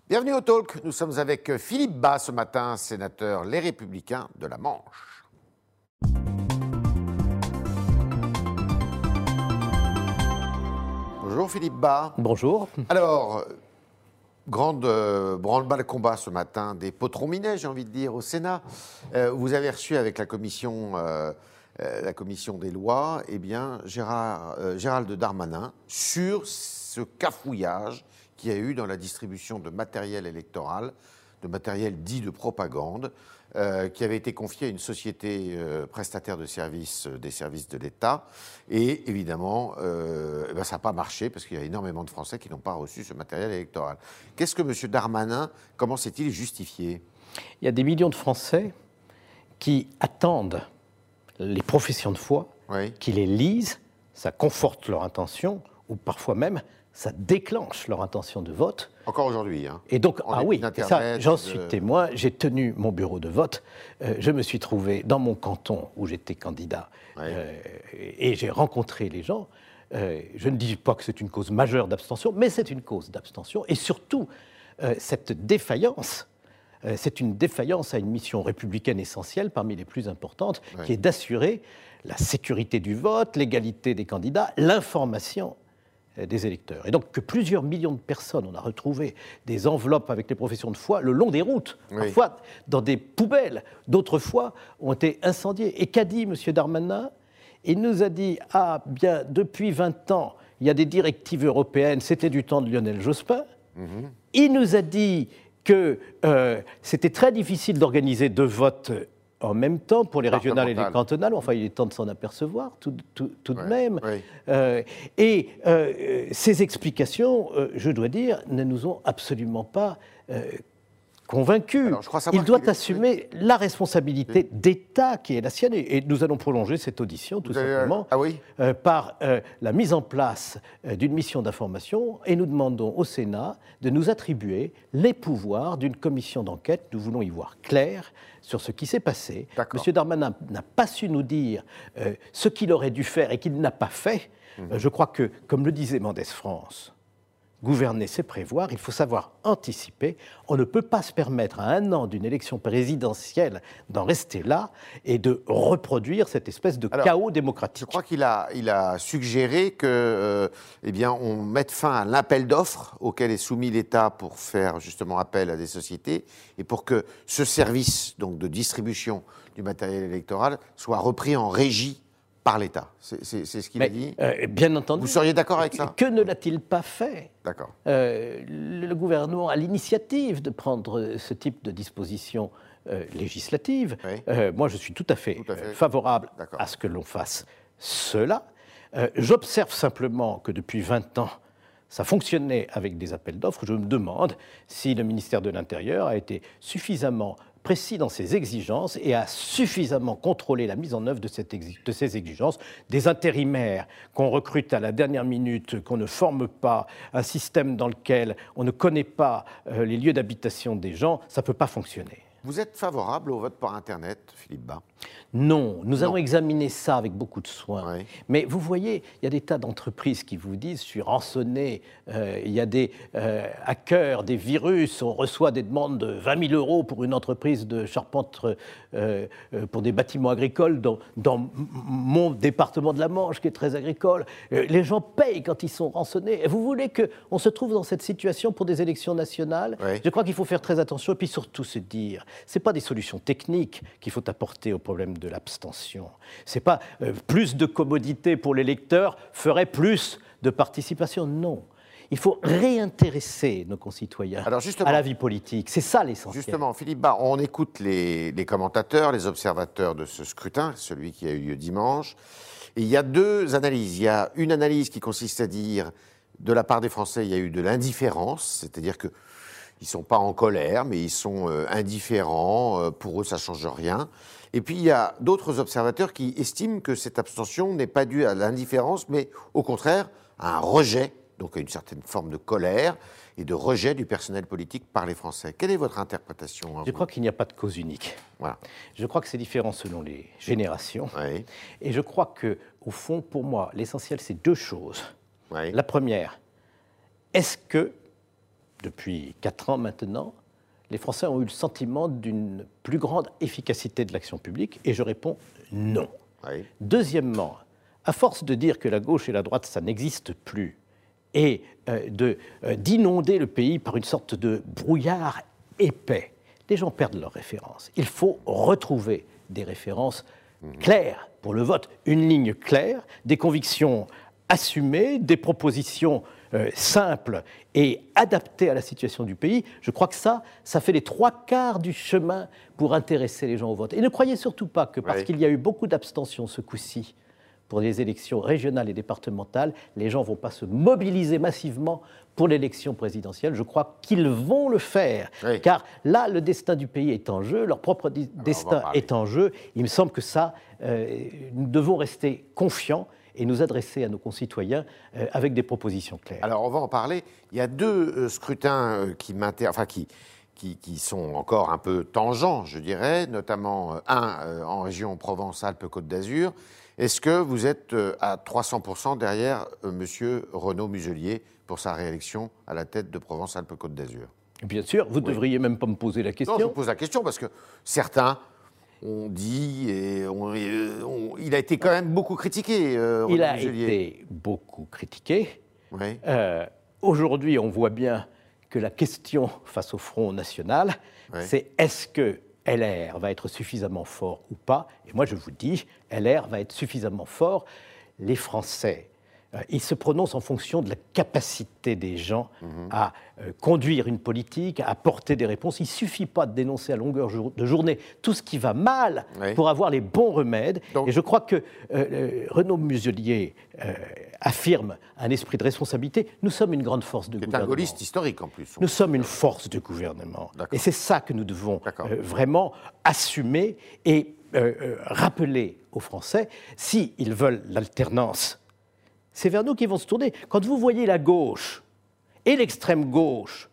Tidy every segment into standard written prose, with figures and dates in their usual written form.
Bienvenue au Talk. Nous sommes avec Philippe Bas ce matin, sénateur Les Républicains de la Manche. Bonjour Philippe Bas. Bonjour. Alors, grande branle-bas combat ce matin des potrons-minets, j'ai envie de dire, au Sénat. Vous avez reçu avec la commission des lois, eh bien, Gérald Darmanin sur ce cafouillage qu'il y a eu dans la distribution de matériel électoral, de matériel dit de propagande, qui avait été confié à une société prestataire de services, des services de l'État. Et évidemment, ça n'a pas marché parce qu'il y a énormément de Français qui n'ont pas reçu ce matériel électoral. Qu'est-ce que M. Darmanin, comment s'est-il justifié? Il y a des millions de Français qui attendent les professions de foi, oui, qui les lisent, ça conforte leur intention, ou parfois même ça déclenche leur intention de vote. Encore aujourd'hui. Hein. Et donc, j'en suis de... témoin, j'ai tenu mon bureau de vote, je me suis trouvé dans mon canton où j'étais candidat, oui, et j'ai rencontré les gens. Je ne dis pas que c'est une cause majeure d'abstention, mais c'est une cause d'abstention, et surtout, cette défaillance, c'est une défaillance à une mission républicaine essentielle, parmi les plus importantes, oui, qui est d'assurer la sécurité du vote, l'égalité des candidats, l'information des électeurs. Et donc que plusieurs millions de personnes, on a retrouvé des enveloppes avec les professions de foi le long des routes, oui, parfois dans des poubelles, d'autres fois ont été incendiées. Et qu'a dit M. Darmanin? Il nous a dit « Ah, bien, depuis 20 ans, il y a des directives européennes, c'était du temps de Lionel Jospin. Il nous a dit que c'était très difficile d'organiser deux votes en même temps pour les régionales et les cantonales. Enfin, il est temps de s'en apercevoir tout de même. Oui. Ces explications, je dois dire, ne nous ont absolument pas convaincus. Il doit assumer la responsabilité d'État qui est la sienne. Et nous allons prolonger cette audition, tout simplement, par la mise en place d'une mission d'information. Et nous demandons au Sénat de nous attribuer les pouvoirs d'une commission d'enquête. Nous voulons y voir clair sur ce qui s'est passé. M. Darmanin n'a pas su nous dire ce qu'il aurait dû faire et qu'il n'a pas fait. Je crois que, comme le disait Mendès France, gouverner, c'est prévoir, il faut savoir anticiper. On ne peut pas se permettre à 1 an d'une élection présidentielle d'en rester là et de reproduire cette espèce de chaos démocratique. Je crois qu'il a suggéré que, on mette fin à l'appel d'offres auquel est soumis l'État pour faire justement appel à des sociétés et pour que ce service donc, de distribution du matériel électoral soit repris en régie par l'État. C'est ce qu'il a dit. Bien entendu. Vous seriez d'accord avec ça? Que ne l'a-t-il pas fait? D'accord. Le gouvernement a l'initiative de prendre ce type de disposition législative. Oui. Moi, je suis tout à fait favorable à ce que l'on fasse cela. J'observe simplement que depuis 20 ans, ça fonctionnait avec des appels d'offres. Je me demande si le ministère de l'Intérieur a été suffisamment précis dans ses exigences et a suffisamment contrôlé la mise en œuvre de ces exigences. Des intérimaires qu'on recrute à la dernière minute, qu'on ne forme pas, un système dans lequel on ne connaît pas les lieux d'habitation des gens, ça ne peut pas fonctionner. Vous êtes favorable au vote par Internet, Philippe Bas? Non, nous avons examiné ça avec beaucoup de soin. Oui. Mais vous voyez, il y a des tas d'entreprises qui vous disent « je suis rançonné », il y a des hackers, des virus, on reçoit des demandes de 20 000 € pour une entreprise de charpente pour des bâtiments agricoles dans mon département de la Manche, qui est très agricole. Les gens payent quand ils sont rançonnés. Et vous voulez qu'on se trouve dans cette situation pour des élections nationales? Oui. Je crois qu'il faut faire très attention et puis surtout se dire, ce n'est pas des solutions techniques qu'il faut apporter au problème de l'abstention. Ce n'est pas plus de commodité pour l'électeur ferait plus de participation. Non. Il faut réintéresser nos concitoyens à la vie politique. C'est ça l'essentiel. Justement, Philippe Bas, on écoute les commentateurs, les observateurs de ce scrutin, celui qui a eu lieu dimanche. Et il y a deux analyses. Il y a une analyse qui consiste à dire, de la part des Français, il y a eu de l'indifférence, c'est-à-dire qu'ils ne sont pas en colère, mais ils sont indifférents. Pour eux, ça ne change rien. Et puis, il y a d'autres observateurs qui estiment que cette abstention n'est pas due à l'indifférence, mais au contraire, à un rejet, donc à une certaine forme de colère et de rejet du personnel politique par les Français. Quelle est votre interprétation? Je crois qu'il n'y a pas de cause unique. Voilà. Je crois que c'est différent selon les générations. Oui. Et je crois qu'au fond, pour moi, l'essentiel, c'est deux choses. Oui. La première, est-ce que depuis 4 ans maintenant, les Français ont eu le sentiment d'une plus grande efficacité de l'action publique, et je réponds non. Oui. Deuxièmement, à force de dire que la gauche et la droite, ça n'existe plus, et d'inonder le pays par une sorte de brouillard épais, les gens perdent leurs références. Il faut retrouver des références claires pour le vote, une ligne claire, des convictions assumées, des propositions simples et adaptées à la situation du pays. Je crois que ça fait les 3/4 du chemin pour intéresser les gens au vote. Et ne croyez surtout pas que parce qu'il y a eu beaucoup d'abstention ce coup-ci pour les élections régionales et départementales, les gens ne vont pas se mobiliser massivement pour l'élection présidentielle. Je crois qu'ils vont le faire, car là, le destin du pays est en jeu, leur propre destin est en jeu. Il me semble que nous devons rester confiants et nous adresser à nos concitoyens avec des propositions claires. Alors, on va en parler. Il y a 2 scrutins qui sont encore un peu tangents, je dirais, notamment un en région Provence-Alpes-Côte d'Azur. Est-ce que vous êtes à 300% derrière M. Renaud Muselier pour sa réélection à la tête de Provence-Alpes-Côte d'Azur? Bien sûr, vous ne devriez même pas me poser la question. Non, je vous pose la question parce que certains ont dit, il a été quand même beaucoup critiqué, Renaud Il a Muselier. été beaucoup critiqué. Oui. Aujourd'hui, on voit bien que la question face au Front National, c'est est-ce que LR va être suffisamment fort ou pas? Et moi, je vous dis, LR va être suffisamment fort. Les Français, ils se prononcent en fonction de la capacité des gens à conduire une politique, à apporter des réponses. Il ne suffit pas de dénoncer à longueur de journée tout ce qui va mal pour avoir les bons remèdes. Donc, et je crois que Renaud Muselier affirme un esprit de responsabilité. Nous sommes une grande force de gouvernement. C'est un gaulliste historique en plus. Nous sommes une force de gouvernement. Et c'est ça que nous devons vraiment assumer et rappeler aux Français, s'ils veulent l'alternance, c'est vers nous qu'ils vont se tourner. Quand vous voyez la gauche et l'extrême gauche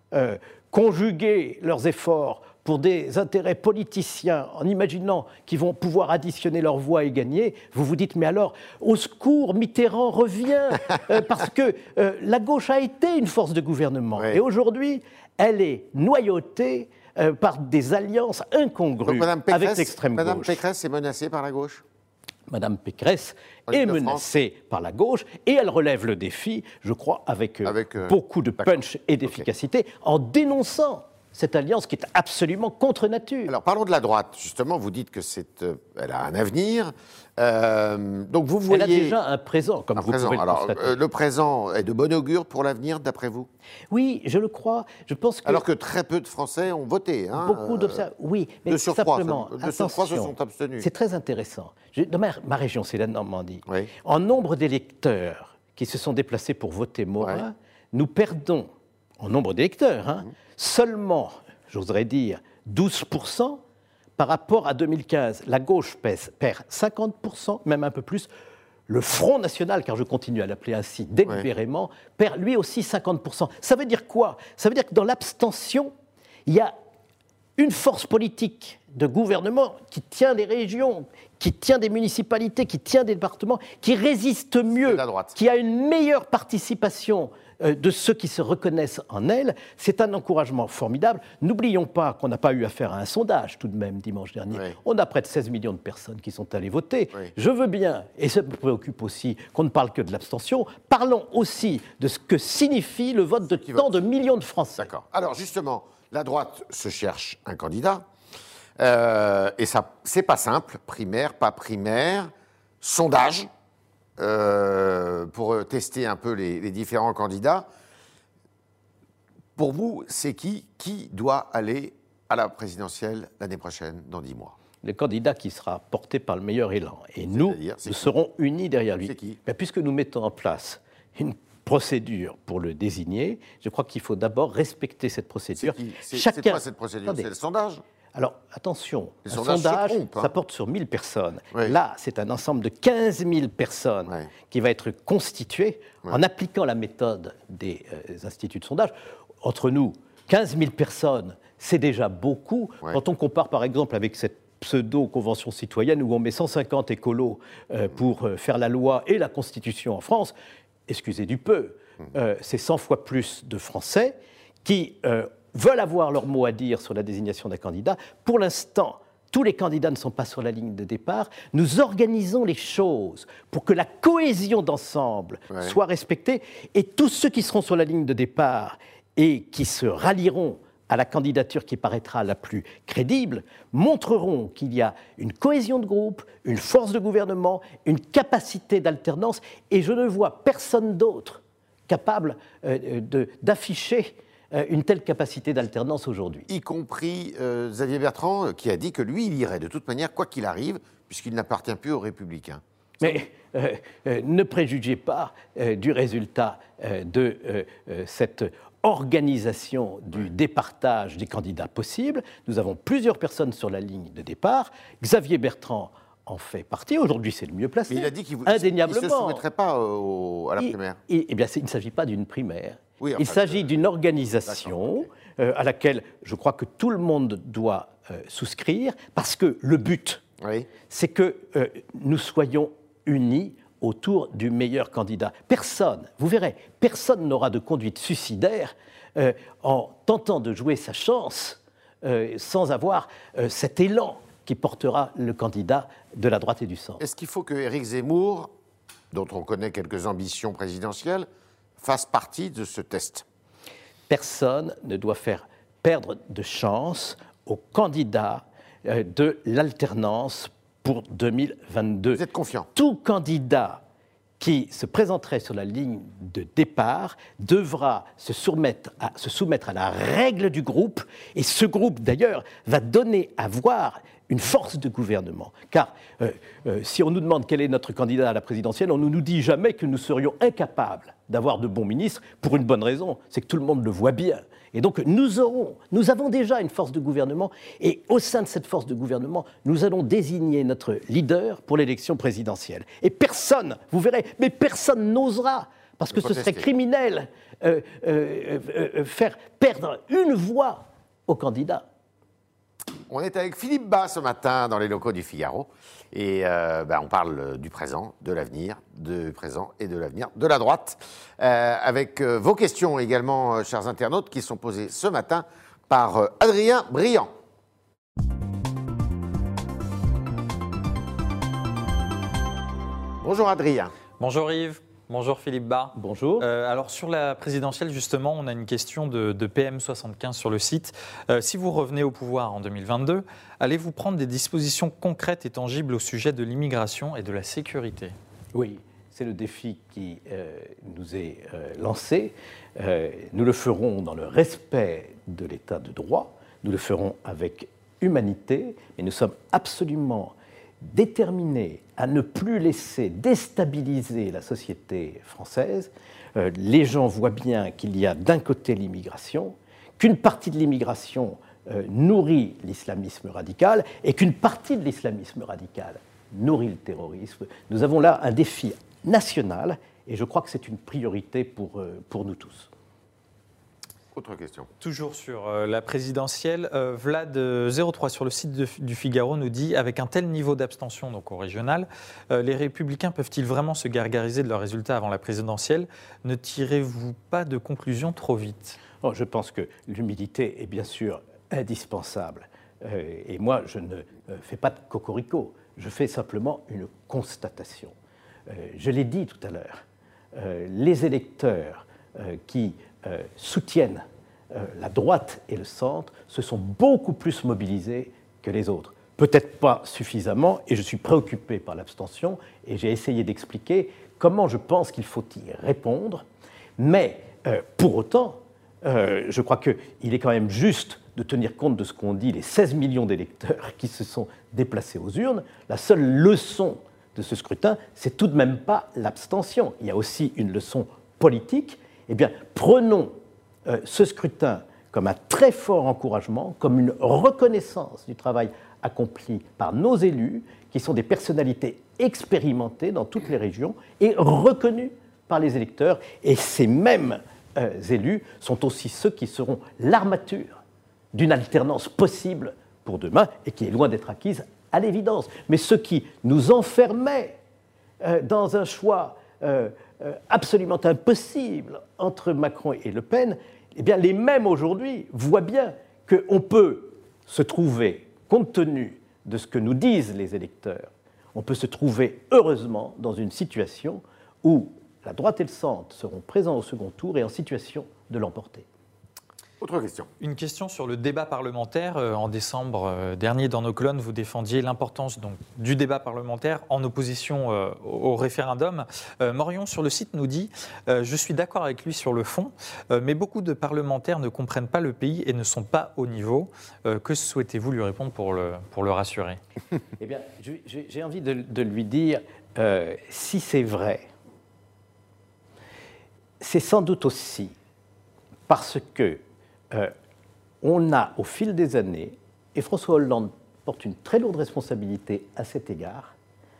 conjuguer leurs efforts pour des intérêts politiciens, en imaginant qu'ils vont pouvoir additionner leurs voix et gagner, vous vous dites, mais alors, au secours, Mitterrand revient, parce que la gauche a été une force de gouvernement. Et aujourd'hui, elle est noyautée par des alliances incongrues avec l'extrême gauche. Madame Pécresse est menacée par la gauche? Madame Pécresse est menacée par la gauche et elle relève le défi, je crois, avec beaucoup de punch et d'efficacité, en dénonçant cette alliance qui est absolument contre nature. Alors parlons de la droite, justement, vous dites que elle a un avenir. Donc vous voyez... Elle a déjà un présent, comme vous pouvez le constater. Le présent est de bon augure pour l'avenir, d'après vous? Oui, je le crois. Je pense que... Alors que très peu de Français ont voté. Beaucoup d'observateurs, oui, mais simplement, de surcroît se sont abstenus. C'est très intéressant. Dans ma région, c'est la Normandie. En nombre d'électeurs qui se sont déplacés pour voter Morin, nous perdons, en nombre d'électeurs, seulement, j'oserais dire, 12% par rapport à 2015. La gauche perd 50%, même un peu plus. Le Front National, car je continue à l'appeler ainsi délibérément, perd lui aussi 50%. Ça veut dire quoi? Ça veut dire que dans l'abstention, il y a une force politique de gouvernement qui tient des régions, qui tient des municipalités, qui tient des départements, qui résiste mieux, qui a une meilleure participation de ceux qui se reconnaissent en elle. C'est un encouragement formidable. N'oublions pas qu'on n'a pas eu affaire à un sondage tout de même dimanche dernier. On a près de 16 millions de personnes qui sont allées voter. Je veux bien, et ça me préoccupe aussi, qu'on ne parle que de l'abstention. Parlons aussi de ce que signifie le vote de tant de millions de Français. D'accord. Alors justement, la droite se cherche un candidat. Et ça, c'est pas simple. Primaire, pas primaire. Sondage. Pour tester un peu les différents candidats. Pour vous, c'est qui doit aller à la présidentielle l'année prochaine, dans 10 mois? Le candidat qui sera porté par le meilleur élan. Et nous serons unis derrière lui. C'est qui? Puisque nous mettons en place une procédure pour le désigner, je crois qu'il faut d'abord respecter cette procédure. C'est quoi cette procédure? C'est le sondage? Alors, attention, un sondage, ça porte sur 1000 personnes. Là, c'est un ensemble de 15 000 personnes qui va être constitué en appliquant la méthode des instituts de sondage. Entre nous, 15 000 personnes, c'est déjà beaucoup. Quand on compare, par exemple, avec cette pseudo-convention citoyenne où on met 150 écolos pour faire la loi et la Constitution en France, excusez du peu, c'est 100 fois plus de Français qui veulent avoir leur mot à dire sur la désignation d'un candidat. Pour l'instant, tous les candidats ne sont pas sur la ligne de départ. Nous organisons les choses pour que la cohésion d'ensemble soit respectée, et tous ceux qui seront sur la ligne de départ et qui se rallieront à la candidature qui paraîtra la plus crédible, montreront qu'il y a une cohésion de groupe, une force de gouvernement, une capacité d'alternance, et je ne vois personne d'autre capable d'afficher une telle capacité d'alternance aujourd'hui. Y compris Xavier Bertrand, qui a dit que lui, il irait de toute manière, quoi qu'il arrive, puisqu'il n'appartient plus aux Républicains. Mais ne préjugez pas du résultat de cette organisation du départage des candidats possibles. Nous avons plusieurs personnes sur la ligne de départ. Xavier Bertrand en fait partie. Aujourd'hui, c'est le mieux placé. Mais il a dit qu'il indéniablement. ne se soumettrait pas à la primaire. Eh bien, il ne s'agit pas d'une primaire. Oui, il s'agit d'une organisation à laquelle je crois que tout le monde doit souscrire, parce que le but, c'est que nous soyons unis autour du meilleur candidat. Personne, vous verrez, personne n'aura de conduite suicidaire en tentant de jouer sa chance sans avoir cet élan qui portera le candidat de la droite et du centre. Est-ce qu'il faut que Éric Zemmour, dont on connaît quelques ambitions présidentielles, fasse partie de ce test? Personne ne doit faire perdre de chance aux candidats de l'alternance pour 2022. Vous êtes confiant? Tout candidat qui se présenterait sur la ligne de départ devra se soumettre à la règle du groupe, et ce groupe, d'ailleurs, va donner à voir une force de gouvernement. Car si on nous demande quel est notre candidat à la présidentielle, on ne nous dit jamais que nous serions incapables d'avoir de bons ministres, pour une bonne raison, c'est que tout le monde le voit bien. Et donc nous avons déjà une force de gouvernement, et au sein de cette force de gouvernement, nous allons désigner notre leader pour l'élection présidentielle. Et personne, vous verrez, mais personne n'osera, parce que ce serait criminel, faire perdre une voix au candidat. On est avec Philippe Bas ce matin dans les locaux du Figaro, et on parle du présent, de l'avenir, du présent et de l'avenir de la droite, avec vos questions également, chers internautes, qui sont posées ce matin par Adrien Briand. Bonjour Adrien. Bonjour Yves. Bonjour Philippe Bas. Bonjour. Alors sur la présidentielle, justement, on a une question de PM75 sur le site. Si vous revenez au pouvoir en 2022, allez-vous prendre des dispositions concrètes et tangibles au sujet de l'immigration et de la sécurité? Oui, c'est le défi qui nous est lancé. Nous le ferons dans le respect de l'état de droit, nous le ferons avec humanité, mais nous sommes absolument déterminés à ne plus laisser déstabiliser la société française. Les gens voient bien qu'il y a d'un côté l'immigration, qu'une partie de l'immigration nourrit l'islamisme radical, et qu'une partie de l'islamisme radical nourrit le terrorisme. Nous avons là un défi national, et je crois que c'est une priorité pour nous tous. Autre question. Toujours sur la présidentielle, Vlad03 sur le site du Figaro nous dit: avec un tel niveau d'abstention, donc au régional, les Républicains peuvent-ils vraiment se gargariser de leurs résultats avant la présidentielle? Ne tirez-vous pas de conclusions trop vite? Je pense que l'humilité est bien sûr indispensable. Et moi, je ne fais pas de cocorico, je fais simplement une constatation. Je l'ai dit tout à l'heure, les électeurs qui soutiennent la droite et le centre se sont beaucoup plus mobilisés que les autres. Peut-être pas suffisamment, et je suis préoccupé par l'abstention, et j'ai essayé d'expliquer comment je pense qu'il faut y répondre, mais pour autant, je crois qu'il est quand même juste de tenir compte de ce qu'ont dit les 16 millions d'électeurs qui se sont déplacés aux urnes. La seule leçon de ce scrutin, c'est tout de même pas l'abstention. Il y a aussi une leçon politique. Eh bien, prenons ce scrutin comme un très fort encouragement, comme une reconnaissance du travail accompli par nos élus, qui sont des personnalités expérimentées dans toutes les régions et reconnues par les électeurs. Et ces mêmes élus sont aussi ceux qui seront l'armature d'une alternance possible pour demain, et qui est loin d'être acquise à l'évidence. Mais ceux qui nous enfermaient dans un choix absolument impossible entre Macron et Le Pen, eh bien, les mêmes aujourd'hui voient bien qu'on peut se trouver, compte tenu de ce que nous disent les électeurs, on peut se trouver heureusement dans une situation où la droite et le centre seront présents au second tour et en situation de l'emporter. Autre question. Une question sur le débat parlementaire. En décembre dernier, dans nos colonnes, vous défendiez l'importance donc, du débat parlementaire en opposition au référendum. Morion, sur le site, nous dit « Je suis d'accord avec lui sur le fond, mais beaucoup de parlementaires ne comprennent pas le pays et ne sont pas au niveau. Que souhaitez-vous lui répondre pour le rassurer ?» Eh bien, j'ai envie de lui dire, si c'est vrai, c'est sans doute aussi parce que on a, au fil des années, et François Hollande porte une très lourde responsabilité à cet égard,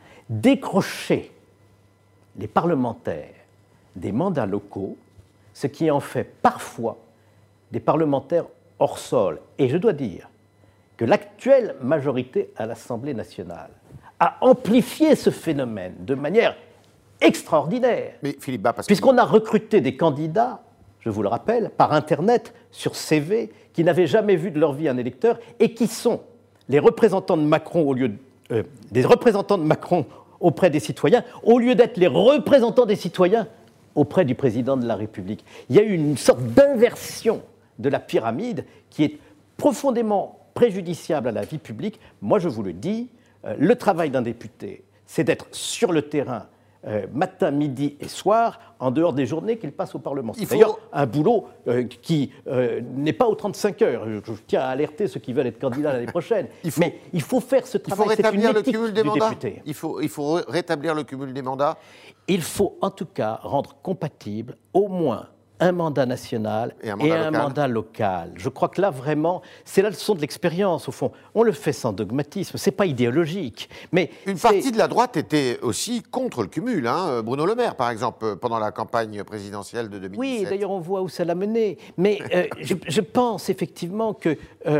décroché les parlementaires des mandats locaux, ce qui en fait parfois des parlementaires hors sol. Et je dois dire que l'actuelle majorité à l'Assemblée nationale a amplifié ce phénomène de manière extraordinaire. Mais Philippe Bas, puisqu'on a recruté des candidats, je vous le rappelle, par Internet, sur CV, qui n'avaient jamais vu de leur vie un électeur et qui sont les représentants de Macron des représentants de Macron auprès des citoyens, au lieu d'être les représentants des citoyens auprès du président de la République. Il y a eu une sorte d'inversion de la pyramide qui est profondément préjudiciable à la vie publique. Moi, je vous le dis, le travail d'un député, c'est d'être sur le terrain matin, midi et soir, en dehors des journées qu'il passe au Parlement. C'est d'ailleurs un boulot qui n'est pas aux 35 heures. Je tiens à alerter ceux qui veulent être candidats l'année prochaine. Mais il faut faire ce travail. Il faut rétablir le cumul des mandats. Il faut rétablir le cumul des mandats. Il faut en tout cas rendre compatible au moins un mandat national et un mandat local. Je crois que là, vraiment, c'est la leçon de l'expérience, au fond. On le fait sans dogmatisme, c'est pas idéologique. Mais une partie de la droite était aussi contre le cumul. Hein. Bruno Le Maire, par exemple, pendant la campagne présidentielle de 2017. Oui, d'ailleurs, on voit où ça l'a mené. Mais je pense effectivement que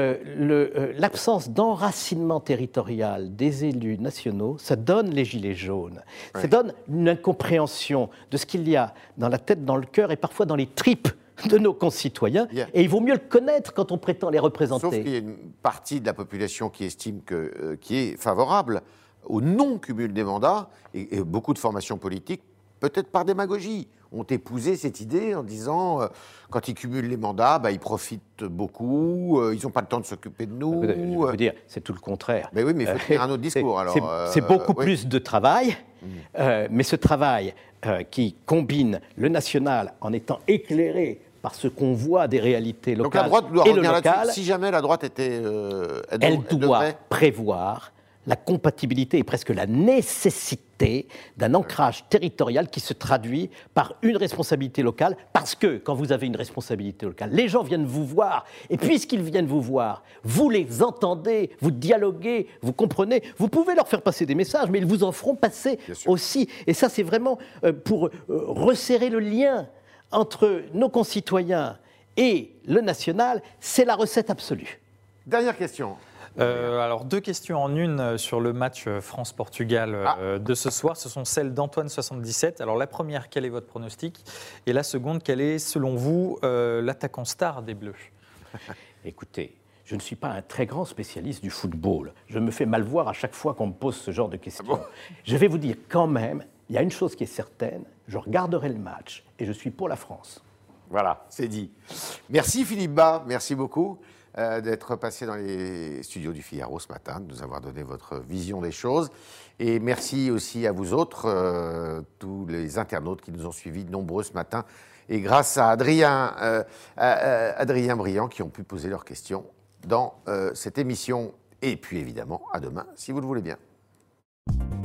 l'absence d'enracinement territorial des élus nationaux, ça donne les gilets jaunes. Ça donne une incompréhension de ce qu'il y a dans la tête, dans le cœur et parfois dans les tripes de nos concitoyens, et il vaut mieux le connaître quand on prétend les représenter. Sauf qu'il y a une partie de la population qui estime qui est favorable au non-cumul des mandats, et beaucoup de formations politiques, peut-être par démagogie, ont épousé cette idée en disant quand ils cumulent les mandats, ils profitent beaucoup, ils n'ont pas le temps de s'occuper de nous. Je veux dire, c'est tout le contraire. Mais oui, mais il faut tenir un autre discours. C'est beaucoup plus de travail, mais ce travail qui combine le national en étant éclairé par ce qu'on voit des réalités locales. Donc la droite doit revenir là-dessus. Si jamais la droite était... elle doit prévoir la compatibilité et presque la nécessité d'un ancrage territorial qui se traduit par une responsabilité locale, parce que quand vous avez une responsabilité locale, les gens viennent vous voir, et puisqu'ils viennent vous voir, vous les entendez, vous dialoguez, vous comprenez, vous pouvez leur faire passer des messages, mais ils vous en feront passer aussi. Et ça, c'est vraiment pour resserrer le lien entre nos concitoyens et le national, c'est la recette absolue. Dernière question. Alors, deux questions en une sur le match France-Portugal de ce soir. Ce sont celles d'Antoine77. Alors, la première, quel est votre pronostic? Et la seconde, quel est, selon vous, l'attaquant star des Bleus? Écoutez, je ne suis pas un très grand spécialiste du football. Je me fais mal voir à chaque fois qu'on me pose ce genre de questions. Ah bon? Je vais vous dire quand même, il y a une chose qui est certaine, je regarderai le match et je suis pour la France. Voilà, c'est dit. Merci Philippe Bas, merci beaucoup d'être passé dans les studios du Figaro ce matin, de nous avoir donné votre vision des choses. Et merci aussi à vous autres, tous les internautes qui nous ont suivis nombreux ce matin. Et grâce à Adrien Briand qui ont pu poser leurs questions dans cette émission. Et puis évidemment, à demain, si vous le voulez bien.